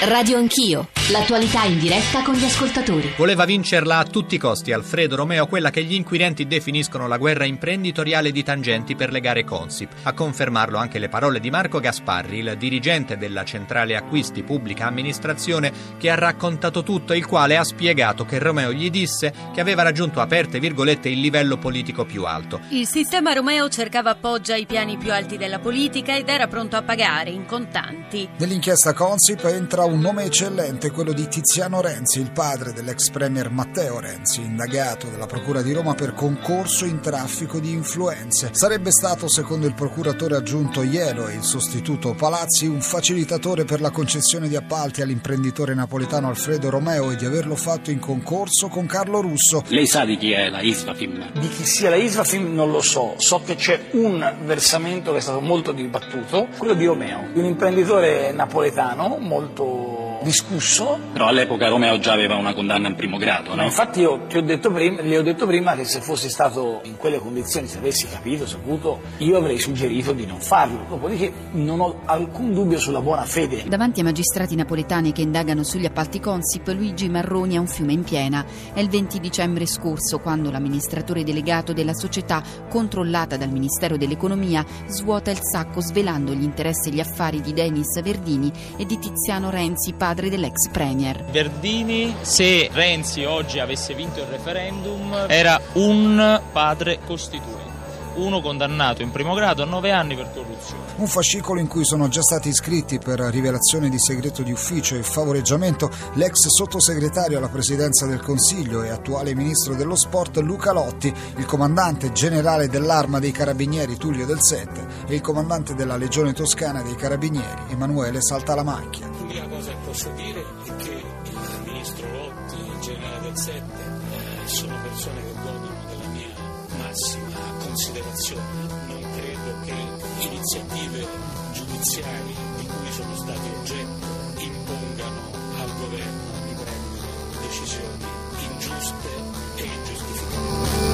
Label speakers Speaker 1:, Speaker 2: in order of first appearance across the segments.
Speaker 1: Radio Anch'io, l'attualità in diretta con gli ascoltatori.
Speaker 2: Voleva vincerla a tutti i costi Alfredo Romeo, quella che gli inquirenti definiscono la guerra imprenditoriale di Tangenti per le gare Consip. A confermarlo anche le parole di Marco Gasparri, il dirigente della centrale acquisti pubblica amministrazione, che ha raccontato tutto, il quale ha spiegato che Romeo gli disse che aveva raggiunto, aperte virgolette, il livello politico più alto.
Speaker 3: Il sistema Romeo cercava appoggio ai piani più alti della politica ed era pronto a pagare in contanti.
Speaker 4: Nell'inchiesta Consip entra un nome eccellente, quello di Tiziano Renzi, il padre dell'ex premier Matteo Renzi, indagato dalla Procura di Roma per concorso in traffico di influenze. Sarebbe stato, secondo il procuratore aggiunto Ielo e il sostituto Palazzi, un facilitatore per la concessione di appalti all'imprenditore napoletano Alfredo Romeo e di averlo fatto in concorso con Carlo Russo.
Speaker 5: Lei sa di chi è la Isvafim?
Speaker 6: Di chi sia la Isvafim non lo so che c'è un versamento che è stato molto dibattuto, quello di Romeo, un imprenditore napoletano molto discusso.
Speaker 5: Però all'epoca Romeo già aveva una condanna in primo grado, no?
Speaker 6: Ma infatti io le ho detto prima che se fossi stato in quelle condizioni, se avessi capito, saputo, io avrei suggerito di non farlo. Dopodiché non ho alcun dubbio sulla buona fede.
Speaker 7: Davanti ai magistrati napoletani che indagano sugli appalti Consip, Luigi Marroni ha un fiume in piena. È il 20 dicembre scorso, quando l'amministratore delegato della società, controllata dal Ministero dell'Economia, svuota il sacco svelando gli interessi e gli affari di Denis Verdini e di Tiziano Renzi, padre dell'ex premier.
Speaker 8: Verdini, se Renzi oggi avesse vinto il referendum, era un padre costituente, uno condannato in primo grado a 9 anni per corruzione.
Speaker 4: Un fascicolo in cui sono già stati iscritti per rivelazione di segreto di ufficio e favoreggiamento l'ex sottosegretario alla presidenza del Consiglio e attuale ministro dello sport Luca Lotti, il comandante generale dell'Arma dei Carabinieri Tullio Del Sette e il comandante della Legione Toscana dei Carabinieri Emanuele Saltalamacchia.
Speaker 9: L'unica cosa che posso dire è che il ministro Lotti e il generale Del Sette sono persone che godono della mia massima considerazione. Non credo che iniziative giudiziarie di cui sono stati oggetto impongano al governo di prendere decisioni ingiuste e ingiustificate.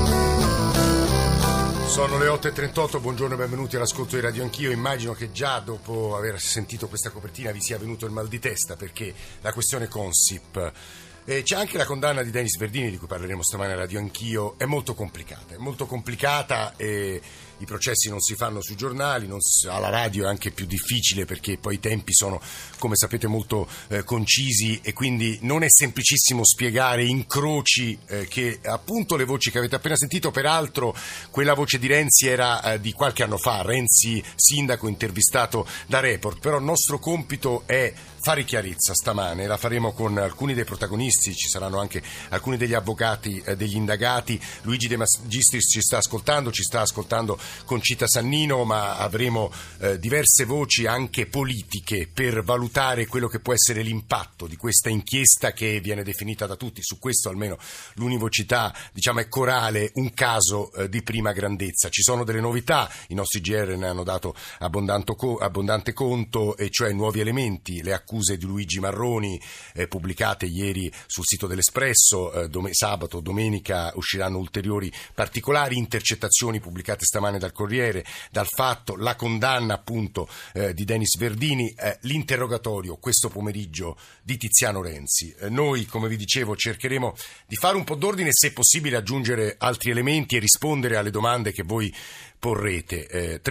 Speaker 10: Sono le 8.38, buongiorno e benvenuti all'ascolto di Radio Anch'io. Immagino che già dopo aver sentito questa copertina vi sia venuto il mal di testa, perché la questione Consip, c'è anche la condanna di Denis Verdini, di cui parleremo stamane a Radio Anch'io, è molto complicata e i processi non si fanno sui giornali, alla radio è anche più difficile perché poi i tempi sono, come sapete, molto concisi e quindi non è semplicissimo spiegare incroci che appunto le voci che avete appena sentito. Peraltro quella voce di Renzi era di qualche anno fa, Renzi sindaco intervistato da Report, però il nostro compito è fare chiarezza stamane, la faremo con alcuni dei protagonisti, ci saranno anche alcuni degli avvocati degli indagati. Luigi De Magistris ci sta ascoltando Concita Sannino, ma avremo diverse voci anche politiche per valutare quello che può essere l'impatto di questa inchiesta che viene definita da tutti, su questo almeno l'univocità è corale, un caso di prima grandezza. Ci sono delle novità, i nostri GR ne hanno dato abbondante conto, e cioè nuovi elementi, le accuse di Luigi Marroni pubblicate ieri sul sito dell'Espresso, sabato, domenica usciranno ulteriori particolari, intercettazioni pubblicate stamane dal Corriere, dal Fatto, la condanna appunto di Denis Verdini, l'interrogatorio questo pomeriggio di Tiziano Renzi. Noi, come vi dicevo, cercheremo di fare un po' d'ordine, se possibile aggiungere altri elementi e rispondere alle domande che voi porrete.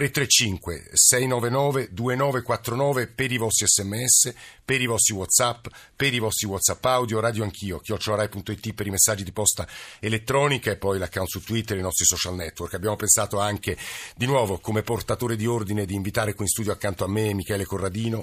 Speaker 10: 335 699 2949 per i vostri sms, per i vostri WhatsApp, per i vostri WhatsApp audio, Radio Anch'io @rai.it per i messaggi di posta elettronica e poi l'account su Twitter e i nostri social network. Abbiamo pensato anche di nuovo, come portatore di ordine, di invitare qui in studio accanto a me Michele Corradino,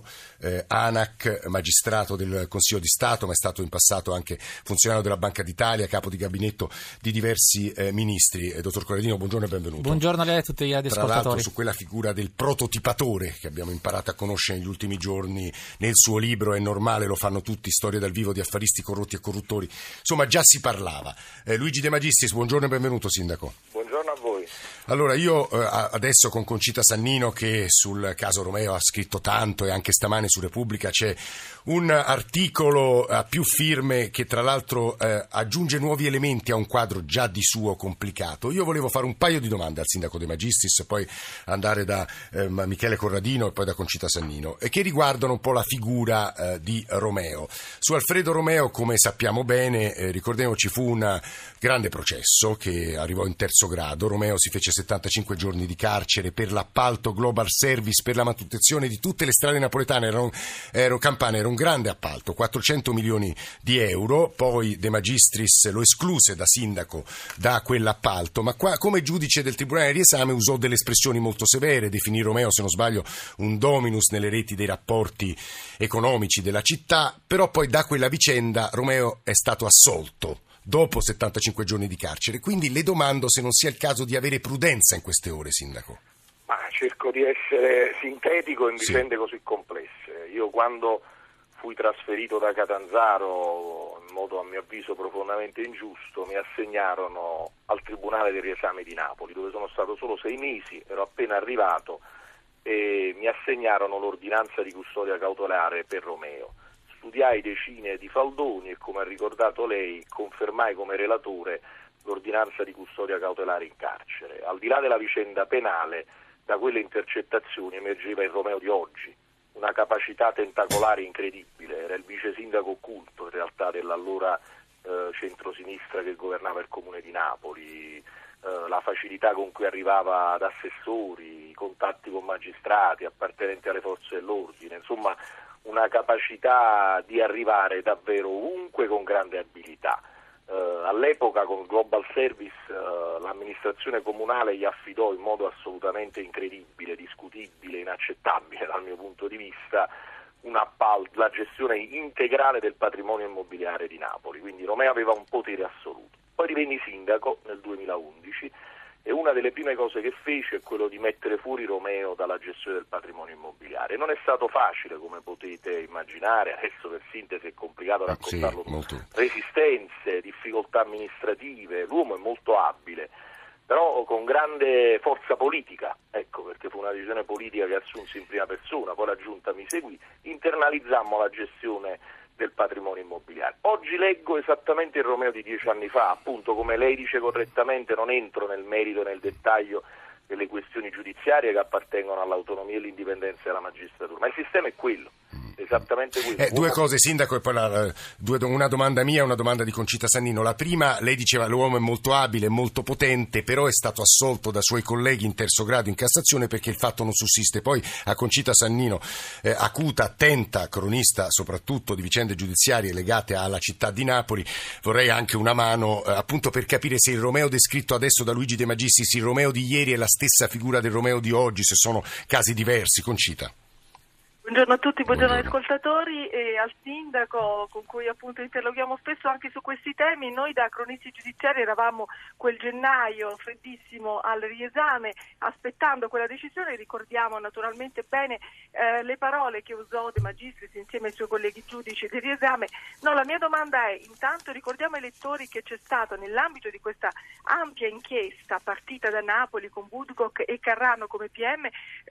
Speaker 10: ANAC, magistrato del Consiglio di Stato, ma è stato in passato anche funzionario della Banca d'Italia, capo di gabinetto di diversi ministri. Dottor Corradino, buongiorno e benvenuto.
Speaker 11: Buongiorno a lei e a tutti gli ascoltatori.
Speaker 10: Tra l'altro su quella figura del prototipatore che abbiamo imparato a conoscere negli ultimi giorni nel suo libro È normale, lo fanno tutti, storie dal vivo di affaristi corrotti e corruttori, insomma già si parlava. Luigi De Magistris, buongiorno e benvenuto sindaco.
Speaker 12: Buongiorno a voi.
Speaker 10: Allora io adesso con Concita Sannino, che sul caso Romeo ha scritto tanto, e anche stamane su Repubblica c'è un articolo a più firme che tra l'altro aggiunge nuovi elementi a un quadro già di suo complicato. Io volevo fare un paio di domande al sindaco De Magistris, poi andare da Michele Corradino e poi da Concita Sannino, che riguardano un po' la figura di Romeo. Su Alfredo Romeo, come sappiamo bene, ricordiamoci, fu un grande processo che arrivò in terzo grado. Romeo si fece 75 giorni di carcere per l'appalto Global Service per la manutenzione di tutte le strade napoletane, campane, era un grande appalto, 400 milioni di euro. Poi De Magistris lo escluse da sindaco da quell'appalto, ma qua come giudice del Tribunale di Riesame usò delle espressioni molto severe, definì Romeo, se non sbaglio, un dominus nelle reti dei rapporti economici della città. Però poi da quella vicenda Romeo è stato assolto dopo 75 giorni di carcere, quindi le domando se non sia il caso di avere prudenza in queste ore, sindaco.
Speaker 11: Ma cerco di essere sintetico in vicende così complesse. Io quando fui trasferito da Catanzaro, in modo a mio avviso profondamente ingiusto, mi assegnarono al Tribunale del Riesame di Napoli, dove sono stato solo 6 mesi, ero appena arrivato, e mi assegnarono l'ordinanza di custodia cautelare per Romeo. Studiai decine di faldoni e, come ha ricordato lei, confermai come relatore l'ordinanza di custodia cautelare in carcere. Al di là della vicenda penale, da quelle intercettazioni emergeva il Romeo di oggi, una capacità tentacolare incredibile. Era il vice sindaco occulto in realtà dell'allora centrosinistra che governava il comune di Napoli, la facilità con cui arrivava ad assessori, i contatti con magistrati, appartenenti alle forze dell'ordine, insomma una capacità di arrivare davvero ovunque con grande abilità. All'epoca con Global Service l'amministrazione comunale gli affidò in modo assolutamente incredibile, discutibile, inaccettabile dal mio punto di vista, la gestione integrale del patrimonio immobiliare di Napoli, quindi Romeo aveva un potere assoluto. Poi divenni sindaco nel 2011 e una delle prime cose che fece è quello di mettere fuori Romeo dalla gestione del patrimonio immobiliare. Non è stato facile, come potete immaginare, adesso per sintesi è complicato raccontarlo, resistenze, difficoltà amministrative, l'uomo è molto abile, però con grande forza politica, ecco, perché fu una decisione politica che assunsi in prima persona, poi la Giunta mi seguì, internalizzammo la gestione del patrimonio immobiliare. Oggi leggo esattamente il Romeo di 10 anni fa, appunto come lei dice correttamente, non entro nel merito e nel dettaglio delle questioni giudiziarie che appartengono all'autonomia e all'indipendenza della magistratura, ma il sistema è quello, esattamente quello.
Speaker 10: Due cose, sindaco, e poi una domanda mia e una domanda di Concita Sannino. La prima, lei diceva l'uomo è molto abile, molto potente, però è stato assolto da suoi colleghi in terzo grado in Cassazione perché il fatto non sussiste. Poi a Concita Sannino, acuta, attenta, cronista soprattutto di vicende giudiziarie legate alla città di Napoli, vorrei anche una mano appunto per capire se il Romeo descritto adesso da Luigi De Magistris, il Romeo di ieri è la stessa figura del Romeo di oggi, se sono casi diversi. Concita.
Speaker 12: Buongiorno a tutti, buongiorno agli ascoltatori e al sindaco con cui appunto interloghiamo spesso anche su questi temi. Noi da cronisti giudiziari eravamo quel gennaio freddissimo al riesame aspettando quella decisione. Ricordiamo naturalmente bene le parole che usò De Magistris insieme ai suoi colleghi giudici del riesame. No, la mia domanda è: intanto ricordiamo ai lettori che c'è stato nell'ambito di questa ampia inchiesta partita da Napoli con Woodcock e Carrano come PM,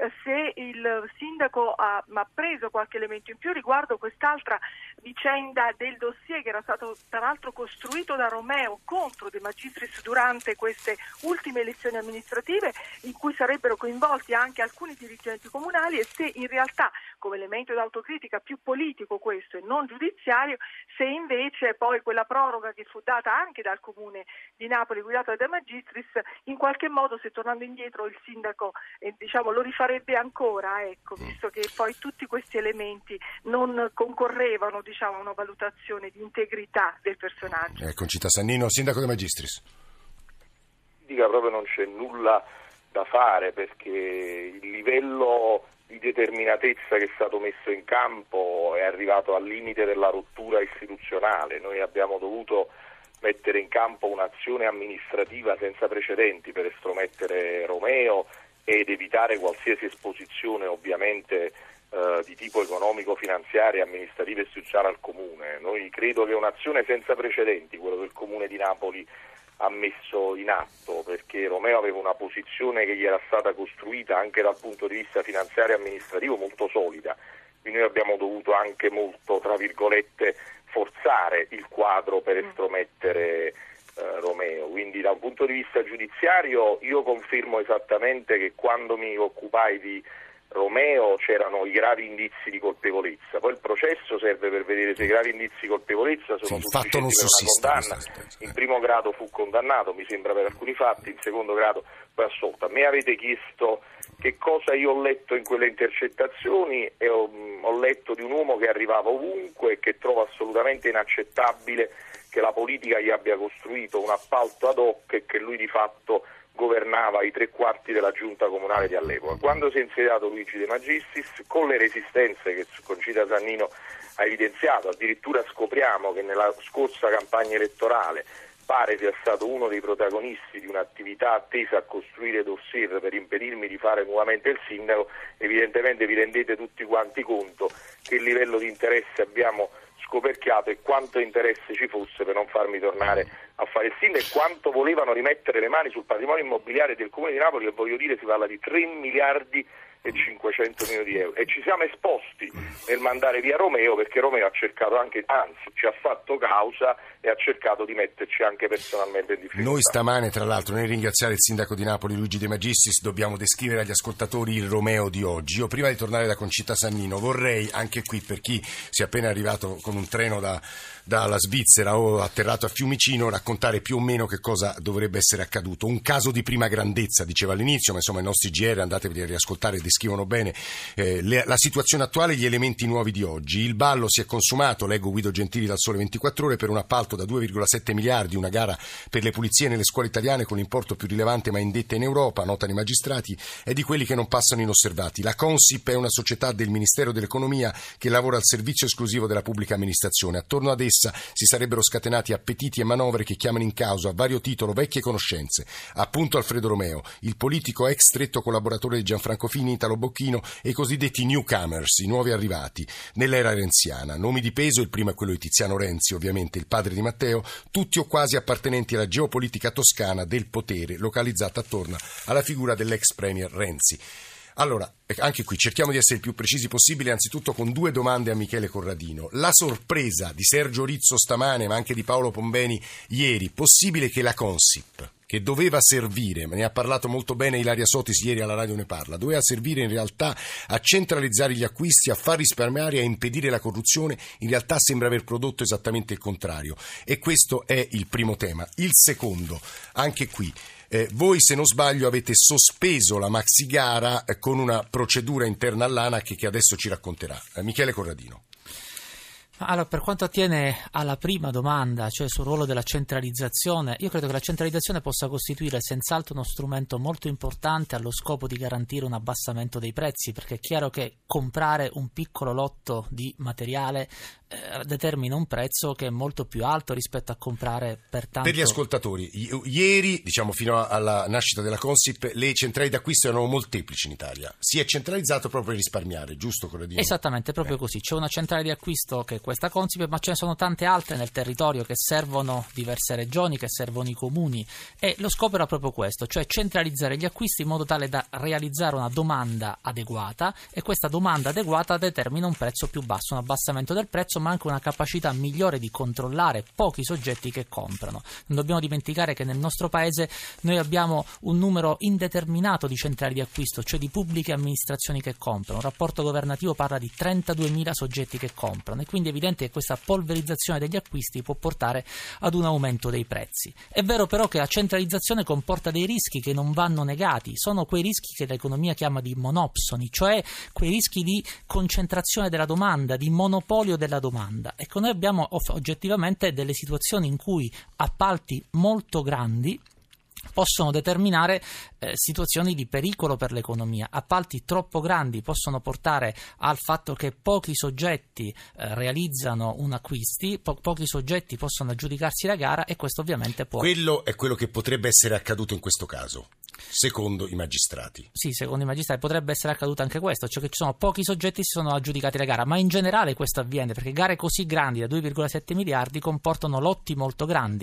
Speaker 12: se il sindaco ha preso qualche elemento in più riguardo quest'altra vicenda del dossier che era stato tra l'altro costruito da Romeo contro De Magistris durante queste ultime elezioni amministrative, in cui sarebbero coinvolti anche alcuni dirigenti comunali, e se in realtà, come elemento d'autocritica più politico questo e non giudiziario, se invece poi quella proroga che fu data anche dal comune di Napoli guidata da De Magistris, in qualche modo, se tornando indietro il sindaco lo rifarebbe ancora, ecco, visto che poi tutti questi elementi non concorrevano a una valutazione di integrità del personaggio.
Speaker 10: Concita Sannino, sindaco De Magistris.
Speaker 11: Dica, proprio non c'è nulla da fare, perché il livello di determinatezza che è stato messo in campo è arrivato al limite della rottura istituzionale. Noi abbiamo dovuto mettere in campo un'azione amministrativa senza precedenti per estromettere Romeo ed evitare qualsiasi esposizione, ovviamente di tipo economico, finanziario, amministrativo e istituzionale al comune. Noi credo che un'azione senza precedenti, quello del comune di Napoli ha messo in atto, perché Romeo aveva una posizione che gli era stata costruita anche dal punto di vista finanziario e amministrativo molto solida, quindi noi abbiamo dovuto anche molto, tra virgolette, forzare il quadro per estromettere Romeo. Quindi da un punto di vista giudiziario io confermo esattamente che quando mi occupai di Romeo c'erano i gravi indizi di colpevolezza, poi il processo serve per vedere se i gravi indizi di colpevolezza sono sufficienti per una condanna. In primo grado fu condannato, mi sembra, per alcuni fatti, in secondo grado fu assolto. A me avete chiesto che cosa io ho letto in quelle intercettazioni e ho letto di un uomo che arrivava ovunque e che trovo assolutamente inaccettabile che la politica gli abbia costruito un appalto ad hoc e che lui di fatto governava i 3/4 della giunta comunale di all'epoca. Quando si è insediato Luigi De Magistris, con le resistenze che Concita Sannino ha evidenziato, addirittura scopriamo che nella scorsa campagna elettorale pare sia stato uno dei protagonisti di un'attività tesa a costruire dossier per impedirmi di fare nuovamente il sindaco, evidentemente vi rendete tutti quanti conto che livello di interesse abbiamo scoperchiato e quanto interesse ci fosse per non farmi tornare a fare il sindaco e quanto volevano rimettere le mani sul patrimonio immobiliare del Comune di Napoli, e voglio dire si parla di 3 miliardi e 500 milioni di euro, e ci siamo esposti nel mandare via Romeo perché Romeo ha cercato anche, anzi ci ha fatto causa e ha cercato di metterci anche personalmente in difficoltà.
Speaker 10: Noi stamane, tra l'altro, nel ringraziare il sindaco di Napoli Luigi De Magistris, dobbiamo descrivere agli ascoltatori il Romeo di oggi. Io prima di tornare da Concita Sannino vorrei, anche qui per chi sia appena arrivato con un treno dalla Svizzera o atterrato a Fiumicino, raccontare più o meno che cosa dovrebbe essere accaduto. Un caso di prima grandezza, diceva all'inizio, ma insomma i nostri GR, andatevi a riascoltare, descrivono bene la situazione attuale e gli elementi nuovi di oggi. Il ballo si è consumato, leggo Guido Gentili dal Sole 24 Ore, per un appalto da 2,7 miliardi, una gara per le pulizie nelle scuole italiane con l'importo più rilevante mai indetta in Europa, notano i magistrati, è di quelli che non passano inosservati. La Consip è una società del Ministero dell'Economia che lavora al servizio esclusivo della pubblica amministrazione. Attorno ad essa si sarebbero scatenati appetiti e manovre che chiamano in causa a vario titolo vecchie conoscenze. Appunto Alfredo Romeo, il politico ex stretto collaboratore di Gianfranco Fini, Italo Bocchino e i cosiddetti newcomers, i nuovi arrivati nell'era renziana. Nomi di peso, il primo è quello di Tiziano Renzi, ovviamente il padre di Matteo, tutti o quasi appartenenti alla geopolitica toscana del potere, localizzata attorno alla figura dell'ex premier Renzi. Allora, anche qui cerchiamo di essere il più precisi possibile, anzitutto con due domande a Michele Corradino. La sorpresa di Sergio Rizzo stamane, ma anche di Paolo Pombeni ieri, possibile che la Consip, che doveva servire, ma ne ha parlato molto bene Ilaria Sotis ieri alla radio, ne parla, doveva servire in realtà a centralizzare gli acquisti, a far risparmiare e a impedire la corruzione, in realtà sembra aver prodotto esattamente il contrario. E questo è il primo tema. Il secondo, anche qui, voi, se non sbaglio, avete sospeso la maxi gara con una procedura interna all'ANAC che adesso ci racconterà. Michele Corradino.
Speaker 13: Allora, per quanto attiene alla prima domanda, cioè sul ruolo della centralizzazione, io credo che la centralizzazione possa costituire senz'altro uno strumento molto importante allo scopo di garantire un abbassamento dei prezzi, perché è chiaro che comprare un piccolo lotto di materiale determina un prezzo che è molto più alto rispetto a comprare per tanto.
Speaker 10: Per gli ascoltatori, ieri, diciamo fino alla nascita della Consip, le centrali d'acquisto erano molteplici in Italia. Si è centralizzato proprio per risparmiare, giusto Corradino?
Speaker 13: Esattamente, proprio così. C'è una centrale di acquisto che è questa Consip, ma ce ne sono tante altre nel territorio che servono diverse regioni, che servono i comuni, e lo scopo era proprio questo, cioè centralizzare gli acquisti in modo tale da realizzare una domanda adeguata, e questa domanda adeguata determina un prezzo più basso, un abbassamento del prezzo, ma anche una capacità migliore di controllare pochi soggetti che comprano. Non dobbiamo dimenticare che nel nostro paese noi abbiamo un numero indeterminato di centrali di acquisto, cioè di pubbliche amministrazioni che comprano. Un rapporto governativo parla di 32.000 soggetti che comprano, e quindi è evidente che questa polverizzazione degli acquisti può portare ad un aumento dei prezzi. È vero però che la centralizzazione comporta dei rischi che non vanno negati, sono quei rischi che l'economia chiama di monopsoni, cioè quei rischi di concentrazione della domanda, di monopolio della domanda. Ecco, noi abbiamo oggettivamente delle situazioni in cui appalti molto grandi possono determinare situazioni di pericolo per l'economia. Appalti troppo grandi possono portare al fatto che pochi soggetti realizzano un acquisti, pochi soggetti possono aggiudicarsi la gara, e questo ovviamente può...
Speaker 10: Quello è quello che potrebbe essere accaduto in questo caso, secondo i magistrati.
Speaker 13: Sì, secondo i magistrati potrebbe essere accaduto anche questo, cioè che ci sono pochi soggetti che si sono aggiudicati la gara, ma in generale questo avviene perché gare così grandi da 2,7 miliardi comportano lotti molto grandi.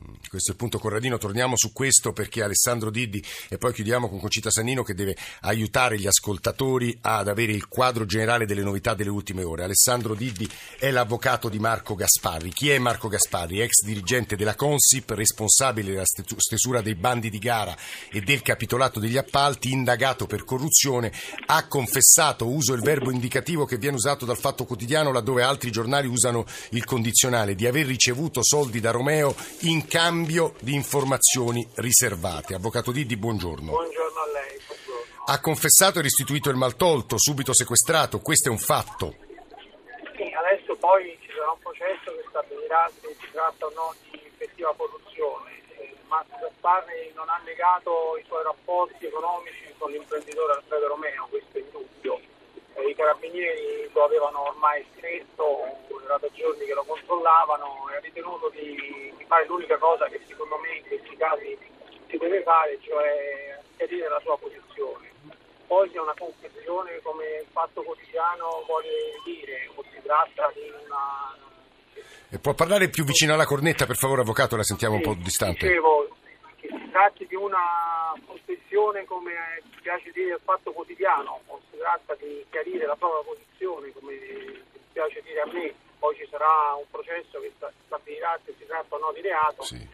Speaker 10: Questo è il punto Corradino, torniamo su questo perché Alessandro Diddi, e poi chiudiamo con Conchita Sannino che deve aiutare gli ascoltatori ad avere il quadro generale delle novità delle ultime ore. Alessandro Diddi è l'avvocato di Marco Gasparri. Chi è Marco Gasparri? Ex dirigente della Consip, responsabile della stesura dei bandi di gara e del capitolato degli appalti, indagato per corruzione, ha confessato, uso il verbo indicativo che viene usato dal Fatto Quotidiano laddove altri giornali usano il condizionale, di aver ricevuto soldi da Romeo in cambio di informazioni riservate. Avvocato Diddi, buongiorno.
Speaker 14: Buongiorno a lei. Buongiorno.
Speaker 10: Ha confessato e restituito il maltolto, subito sequestrato, questo è un fatto.
Speaker 14: Sì, adesso poi ci sarà un processo che stabilirà se si tratta o no di effettiva corruzione. Marco Gasparri non ha negato i suoi rapporti economici con l'imprenditore Alfredo Romeo, questo è indubbio. I carabinieri lo avevano ormai scritto, era da giorni che lo controllavano e ha ritenuto di fare l'unica cosa che secondo me in questi casi si deve fare, cioè chiarire la sua posizione. Poi se è una confessione come il Fatto Quotidiano vuole dire, o si tratta di una...
Speaker 10: E può parlare più vicino alla cornetta, per favore, avvocato, la sentiamo un po' distante.
Speaker 14: Dicevo che si tratti di una confessione come ci piace dire il Fatto Quotidiano, o si tratta di chiarire la propria posizione come ci piace dire a me, poi ci sarà un processo che stabilirà se si tratta o no di reato.
Speaker 10: Sì.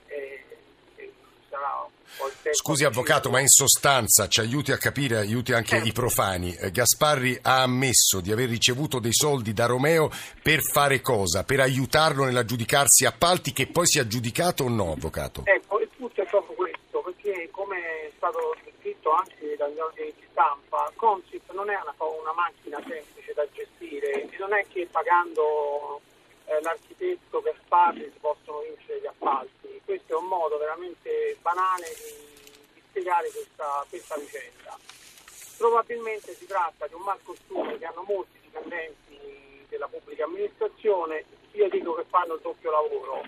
Speaker 14: Scusi
Speaker 10: avvocato, ma in sostanza ci aiuti a capire, aiuti anche i profani. Gasparri ha ammesso di aver ricevuto dei soldi da Romeo per fare cosa? Per aiutarlo nell'aggiudicarsi appalti che poi si è aggiudicato o no, avvocato?
Speaker 14: Ecco, il punto è proprio questo, perché come è stato scritto anche dagli organi di stampa, Consip non è una macchina semplice da gestire e non è che pagando l'architetto Gasparri si possono vincere gli appalti. Questo è un modo veramente banale di spiegare questa vicenda. Probabilmente si tratta di un malcostume che hanno molti dipendenti della pubblica amministrazione, io dico che fanno il doppio lavoro.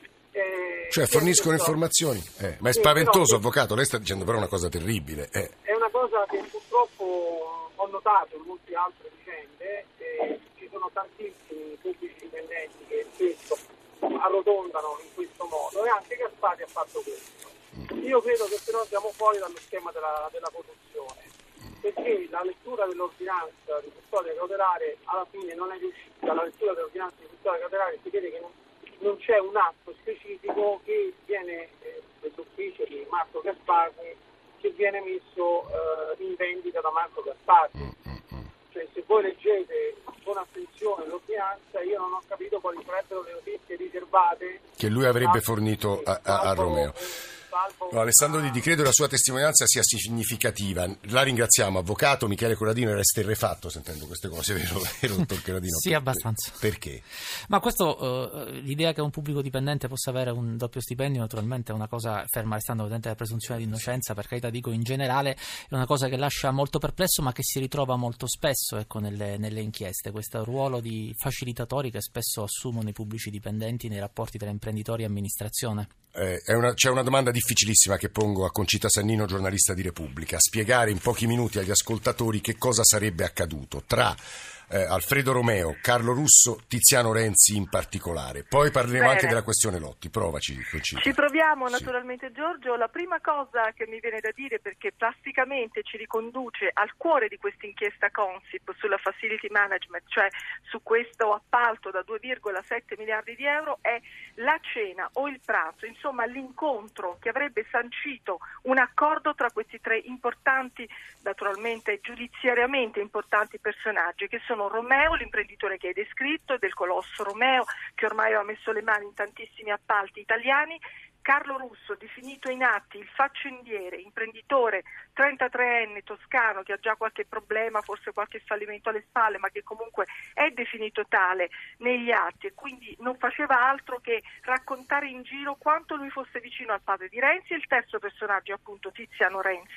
Speaker 10: Cioè forniscono informazioni, ma è spaventoso, avvocato, lei sta dicendo però una cosa terribile.
Speaker 14: È una cosa che purtroppo ho notato in molte altre vicende, ci sono tantissimi pubblici dipendenti che spesso arrotondano in questo modo e anche Gasparri ha fatto questo. Io credo che però siamo fuori dallo schema della corruzione, perché la lettura dell'ordinanza di custodia cautelare alla fine non è riuscita. La lettura dell'ordinanza di custodia cautelare si vede che non c'è un atto specifico che viene dell'ufficio di Marco Gasparri che viene messo in vendita da Marco Gasparri. Cioè, se voi leggete con attenzione l'ordinanza, io non ho capito quali sarebbero le notizie riservate
Speaker 10: che lui avrebbe fornito a Romeo. No, Alessandro Diddi, credo la sua testimonianza sia significativa. La ringraziamo, avvocato. Michele Corradino era esterrefatto sentendo queste cose, vero, dottor Corradino?
Speaker 13: Sì, abbastanza.
Speaker 10: Perché?
Speaker 13: Ma questo, l'idea che un pubblico dipendente possa avere un doppio stipendio naturalmente è una cosa, ferma restando ovviamente la presunzione di innocenza, per carità dico in generale, è una cosa che lascia molto perplesso ma che si ritrova molto spesso nelle inchieste, questo ruolo di facilitatori che spesso assumono i pubblici dipendenti nei rapporti tra imprenditori e amministrazione.
Speaker 10: C'è una domanda difficilissima che pongo a Conchita Sannino, giornalista di Repubblica: spiegare in pochi minuti agli ascoltatori che cosa sarebbe accaduto tra Alfredo Romeo, Carlo Russo, Tiziano Renzi in particolare. Poi parleremo anche della questione Lotti. Provaci, Conchita.
Speaker 12: Ci proviamo naturalmente, Giorgio. La prima cosa che mi viene da dire, perché plasticamente ci riconduce al cuore di questa inchiesta Consip sulla facility management, cioè su questo appalto da 2,7 miliardi di euro, è la cena o il pranzo, insomma l'incontro che avrebbe sancito un accordo tra questi tre importanti, naturalmente giudiziariamente importanti personaggi, che sono Romeo, l'imprenditore che hai descritto, del colosso Romeo, che ormai aveva messo le mani in tantissimi appalti italiani, Carlo Russo, definito in atti il faccendiere, imprenditore 33enne toscano che ha già qualche problema, forse qualche fallimento alle spalle, ma che comunque è definito tale negli atti e quindi non faceva altro che raccontare in giro quanto lui fosse vicino al padre di Renzi. E il terzo personaggio, appunto Tiziano Renzi,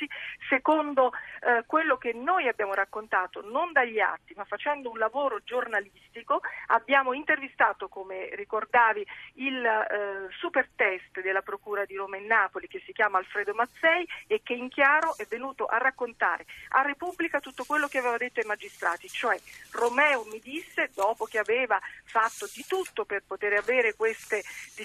Speaker 12: secondo quello che noi abbiamo raccontato, non dagli atti, ma facendo un lavoro giornalistico. Abbiamo intervistato, come ricordavi, il super test della Procura di Roma e Napoli, che si chiama Alfredo Mazzei, e che in chiaro è venuto a raccontare a Repubblica tutto quello che aveva detto ai magistrati, cioè Romeo mi disse, dopo che aveva fatto di tutto per poter avere queste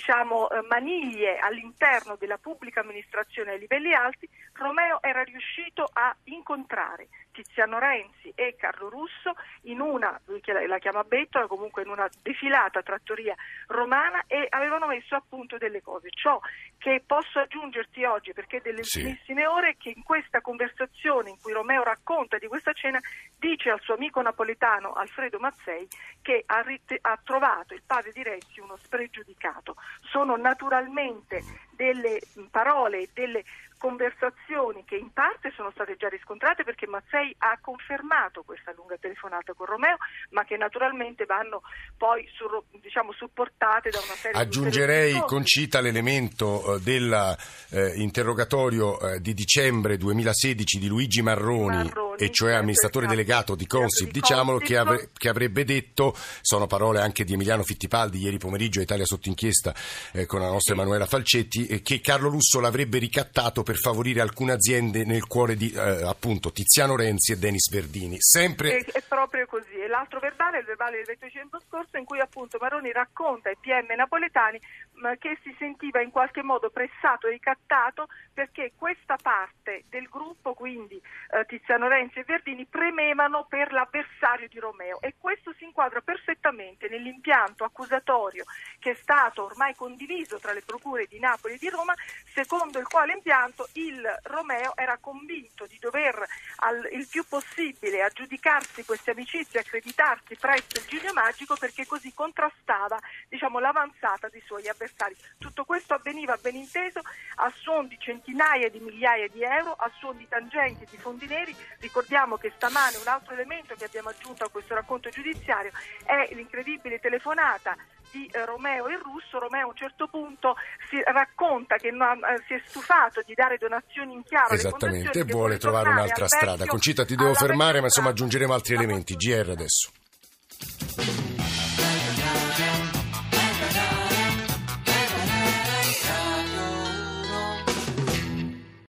Speaker 12: maniglie all'interno della pubblica amministrazione ai livelli alti, Romeo era riuscito a incontrare Tiziano Renzi e Carlo Russo in una, lui che la chiama bettola, comunque in una defilata trattoria romana, e avevano messo a punto delle cose. Ciò che posso aggiungerti oggi, perché delle ultimissime ore, che in questa conversazione in cui Romeo racconta di questa cena, dice al suo amico napoletano Alfredo Mazzei che ha trovato il padre di Renzi uno spregiudicato. Sono naturalmente delle parole, delle conversazioni che in parte sono state già riscontrate, perché Mazzei ha confermato questa lunga telefonata con Romeo, ma che naturalmente vanno poi supportate da una serie
Speaker 10: Aggiungerei,
Speaker 12: di
Speaker 10: Concita, l'elemento dell'interrogatorio di dicembre 2016 di Luigi Marroni, e cioè amministratore delegato di Consip, diciamolo, che avrebbe detto, sono parole anche di Emiliano Fittipaldi ieri pomeriggio a Italia Sotto Inchiesta con la nostra Emanuela Falcetti, che Carlo Russo l'avrebbe ricattato per favorire alcune aziende nel cuore di appunto Tiziano Renzi e Denis Verdini. Sempre
Speaker 12: è proprio così. E l'altro verbale, il verbale del 20 dicembre scorso, in cui appunto Maroni racconta ai PM napoletani che si sentiva in qualche modo pressato e ricattato perché questa parte del gruppo, quindi Tiziano Renzi e Verdini, premevano per l'avversario di Romeo, e questo si inquadra perfettamente nell'impianto accusatorio che è stato ormai condiviso tra le procure di Napoli e di Roma, secondo il quale impianto il Romeo era convinto di dover il più possibile aggiudicarsi queste amicizie, accreditarsi presso il Genio Magico, perché così contrastava l'avanzata dei suoi avversari. Tutto questo avveniva, ben inteso, a suon di centinaia di migliaia di euro, a suon di tangenti, di fondi neri. Ricordiamo che stamane un altro elemento che abbiamo aggiunto a questo racconto giudiziario è l'incredibile telefonata di Romeo e Russo. Romeo a un certo punto si racconta che si è stufato di dare donazioni in chiaro alle fondazioni,
Speaker 10: e vuole trovare un'altra strada. Concita, ti devo fermare, ma insomma aggiungeremo altri elementi. GR adesso.